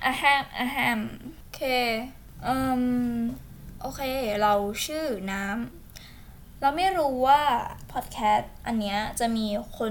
โอเคอืมโอเคเราชื่อน้ำเราไม่รู้ว่าพอดแคสต์อันเนี้ยจะมีคน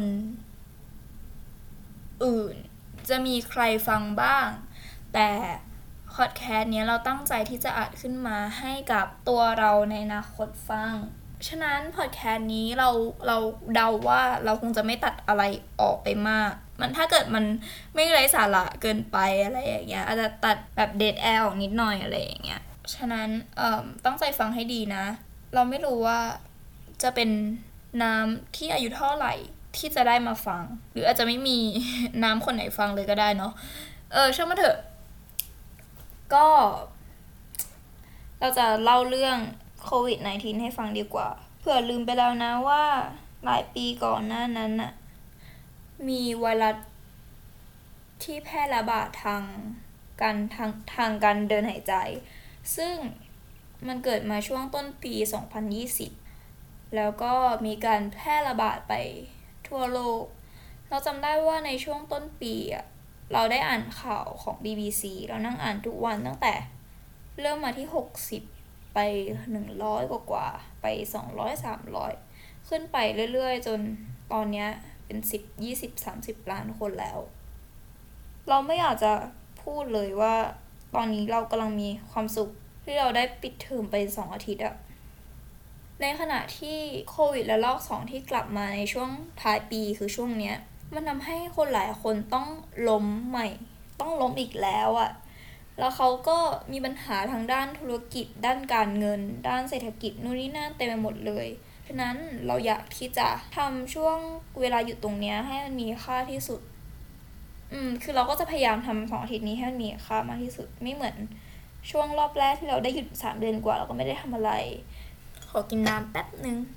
อื่นจะมีใครฟังบ้างแต่พอดแคสต์เนี้ยเราตั้งใจที่จะอัดขึ้นมาให้กับตัวเราในอนาคตฟังฉะนั้นพอดแคสต์นี้เราเดาว่าเราคงจะไม่ตัดอะไรออกไปมากมันถ้าเกิดมันไม่ไร้สาระเกินไปอะไรอย่างเงี้ยอาจจะตัดแบบเดดแอร์ออกนิดหน่อยอะไรอย่างเงี้ยฉะนั้นตั้งใจฟังให้ดีนะเราไม่รู้ว่าจะเป็นน้ำที่อายุเท่าไหร่ที่จะได้มาฟังหรืออาจจะไม่มีน้ำคนไหนฟังเลยก็ได้เนาะช่างมาเถอะก็เราจะเล่าเรื่องโควิด -19 ให้ฟังดีกว่าเผื่อลืมไปแล้วนะว่าหลายปีก่อนหน้านั้นน่ะมีไวรัสที่แพร่ระบาดทางการเดินหายใจซึ่งมันเกิดมาช่วงต้นปี2020แล้วก็มีการแพร่ระบาดไปทั่วโลกเราจำได้ว่าในช่วงต้นปีเราได้อ่านข่าวของ BBC เรานั่งอ่านทุกวันตั้งแต่เริ่มมาที่60ไป100กว่าไป200 300ขึ้นไปเรื่อยๆจนตอนนี้เป็น10 20 30ล้านคนแล้วเราไม่อยากจะพูดเลยว่าตอนนี้เรากำลังมีความสุขที่เราได้ปิดเทอมไป2อาทิตย์ในขณะที่โควิดและรอบ2ที่กลับมาในช่วงท้ายปีคือช่วงเนี้ยมันทำให้คนหลายคนต้องล้มใหม่ต้องล้มอีกแล้วแล้วเขาก็มีปัญหาทางด้านธุรกิจด้านการเงินด้านเศรษฐกิจนู่นนี่นั่นเต็มไปหมดเลยฉะนั้นเราอยากที่จะทำช่วงเวลาหยุดตรงเนี้ยให้มันมีค่าที่สุดคือเราก็จะพยายามทำ2อาทิตย์นี้ให้มันมีค่ามากที่สุดไม่เหมือนช่วงรอบแรกที่เราได้หยุด3 เดือนกว่าเราก็ไม่ได้ทำอะไรขอกินน้ำแป๊บนึง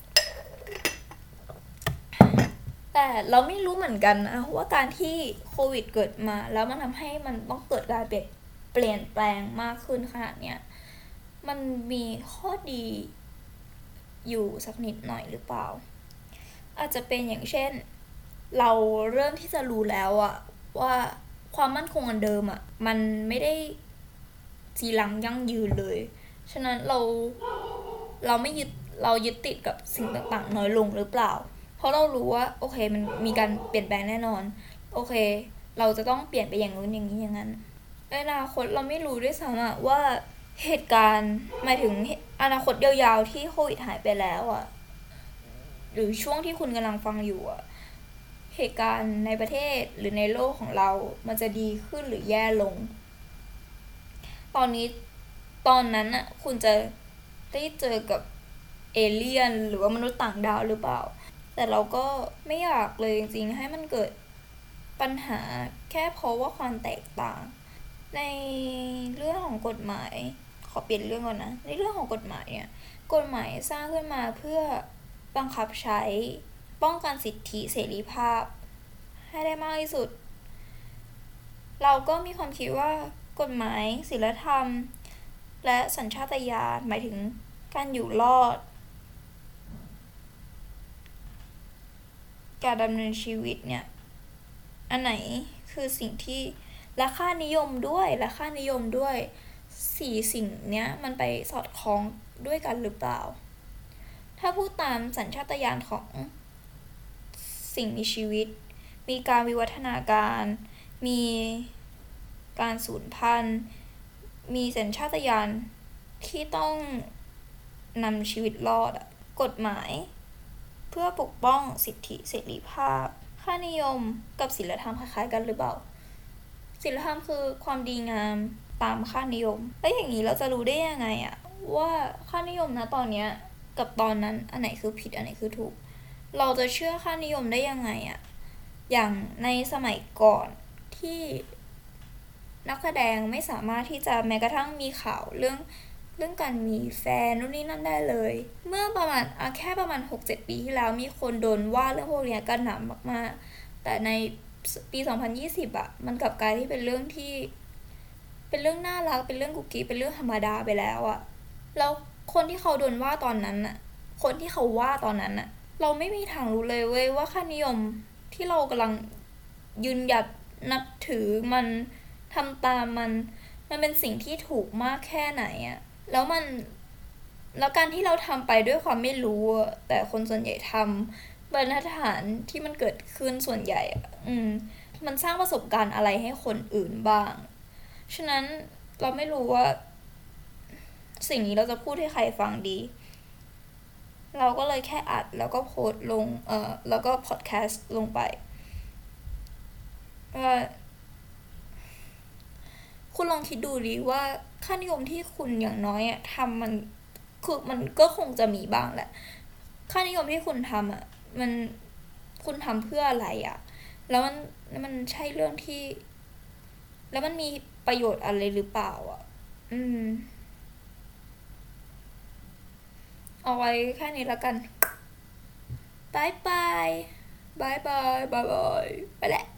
แต่เราไม่รู้เหมือนกันนะว่าการที่โควิดเกิดมาแล้วมันทำให้มันต้องเกิดการเปลี่ยนแปลงมากขึ้นขนาดเนี้ยมันมีข้อดีอยู่สักนิดหน่อยหรือเปล่าอาจจะเป็นอย่างเช่นเราเริ่มที่จะรู้แล้วว่าความมั่นคงอันเดิมมันไม่ได้จีรังยั่งยืนเลยฉะนั้นเราไม่ยึดติดกับสิ่งต่างๆน้อยลงหรือเปล่าเพราะเรารู้ว่าโอเคมันมีการเปลี่ยนแปลงแน่นอนโอเคเราจะต้องเปลี่ยนไปอย่างนู้นอย่างนี้อย่างนั้นในอนาคตเราไม่รู้ด้วยซ้ำว่าเหตุการณ์หมายถึงอนาคตยาวๆที่โควิดหายไปแล้วหรือช่วงที่คุณกำลังฟังอยู่เหตุการณ์ในประเทศหรือในโลกของเรามันจะดีขึ้นหรือแย่ลงตอนนี้ตอนนั้นคุณจะได้เจอกับเอเลี่ยนหรือว่ามนุษย์ต่างดาวหรือเปล่าแต่เราก็ไม่อยากเลยจริงๆให้มันเกิดปัญหาแค่เพราะว่าความแตกต่างในเรื่องของกฎหมายขอเปลี่ยนเรื่องก่อนนะในเรื่องของกฎหมายเนี่ยกฎหมายสร้างขึ้นมาเพื่อบังคับใช้ป้องกันสิทธิเสรีภาพให้ได้มากที่สุดเราก็มีความคิดว่ากฎหมายศีลธรรมและสัญชาตญาณหมายถึงการอยู่รอดการดำเนินชีวิตเนี่ยอันไหนคือสิ่งที่และค่านิยมด้วย4สิ่งเนี้ยมันไปสอดคล้องด้วยกันหรือเปล่าถ้าพูดตามสัญชาตญาณของสิ่งมีชีวิตมีการวิวัฒนาการมีการสูญพันธุ์มีสัญชาตญาณที่ต้องนำชีวิตรอดกฎหมายเพื่อปกป้องสิทธิเสรีภาพค่านิยมกับศีลธรรมคล้ายๆกันหรือเปล่าศีลธรรมคือความดีงามตามค่านิยมแล้วอย่างนี้เราจะรู้ได้ยังไงว่าค่านิยมนะตอนเนี้ยกับตอนนั้นอันไหนคือผิดอันไหนคือถูกเราจะเชื่อค่านิยมได้ยังไงอย่างในสมัยก่อนที่นักแสดงไม่สามารถที่จะแม้กระทั่งมีข่าวเรื่องการมีแฟนนู่นนี่นั่นได้เลยเมื่อประมาณแค่ประมาณ 6-7 ปีที่แล้วมีคนโดนว่าเรื่องพวกนี้กันหนามากๆแต่ในปี2020มันกลับกลายที่เป็นเรื่องที่เป็นเรื่องน่ารักเป็นเรื่องกุ๊กกิ๊กเป็นเรื่องธรรมดาไปแล้วแล้วคนที่เขาโดนว่าตอนนั้นคนที่เขาว่าตอนนั้นเราไม่มีทางรู้เลยเว้ยว่าค่านิยมที่เรากำลังยืนหยัดนับถือมันทำตามมันเป็นสิ่งที่ถูกมากแค่ไหนอะแล้วการที่เราทำไปด้วยความไม่รู้แต่คนส่วนใหญ่ทำบรรทัดฐานที่มันเกิดขึ้นส่วนใหญ่มันสร้างประสบการณ์อะไรให้คนอื่นบ้างฉะนั้นเราไม่รู้ว่าสิ่งนี้เราจะพูดให้ใครฟังดีเราก็เลยแค่อัดแล้วก็โพสต์ลงแล้วก็พอดแคสต์ลงไปว่าคุณลองคิดดูดิว่าค่านิยมที่คุณอย่างน้อยทำมันคือมันก็คงจะมีบ้างแหละค่านิยมที่คุณทำมันคุณทำเพื่ออะไรแล้วมันใช่เรื่องที่แล้วมันมีประโยชน์อะไรหรือเปล่าเอาไว้แค่นี้ละกันบายบายบายบายบายบายไปแหละ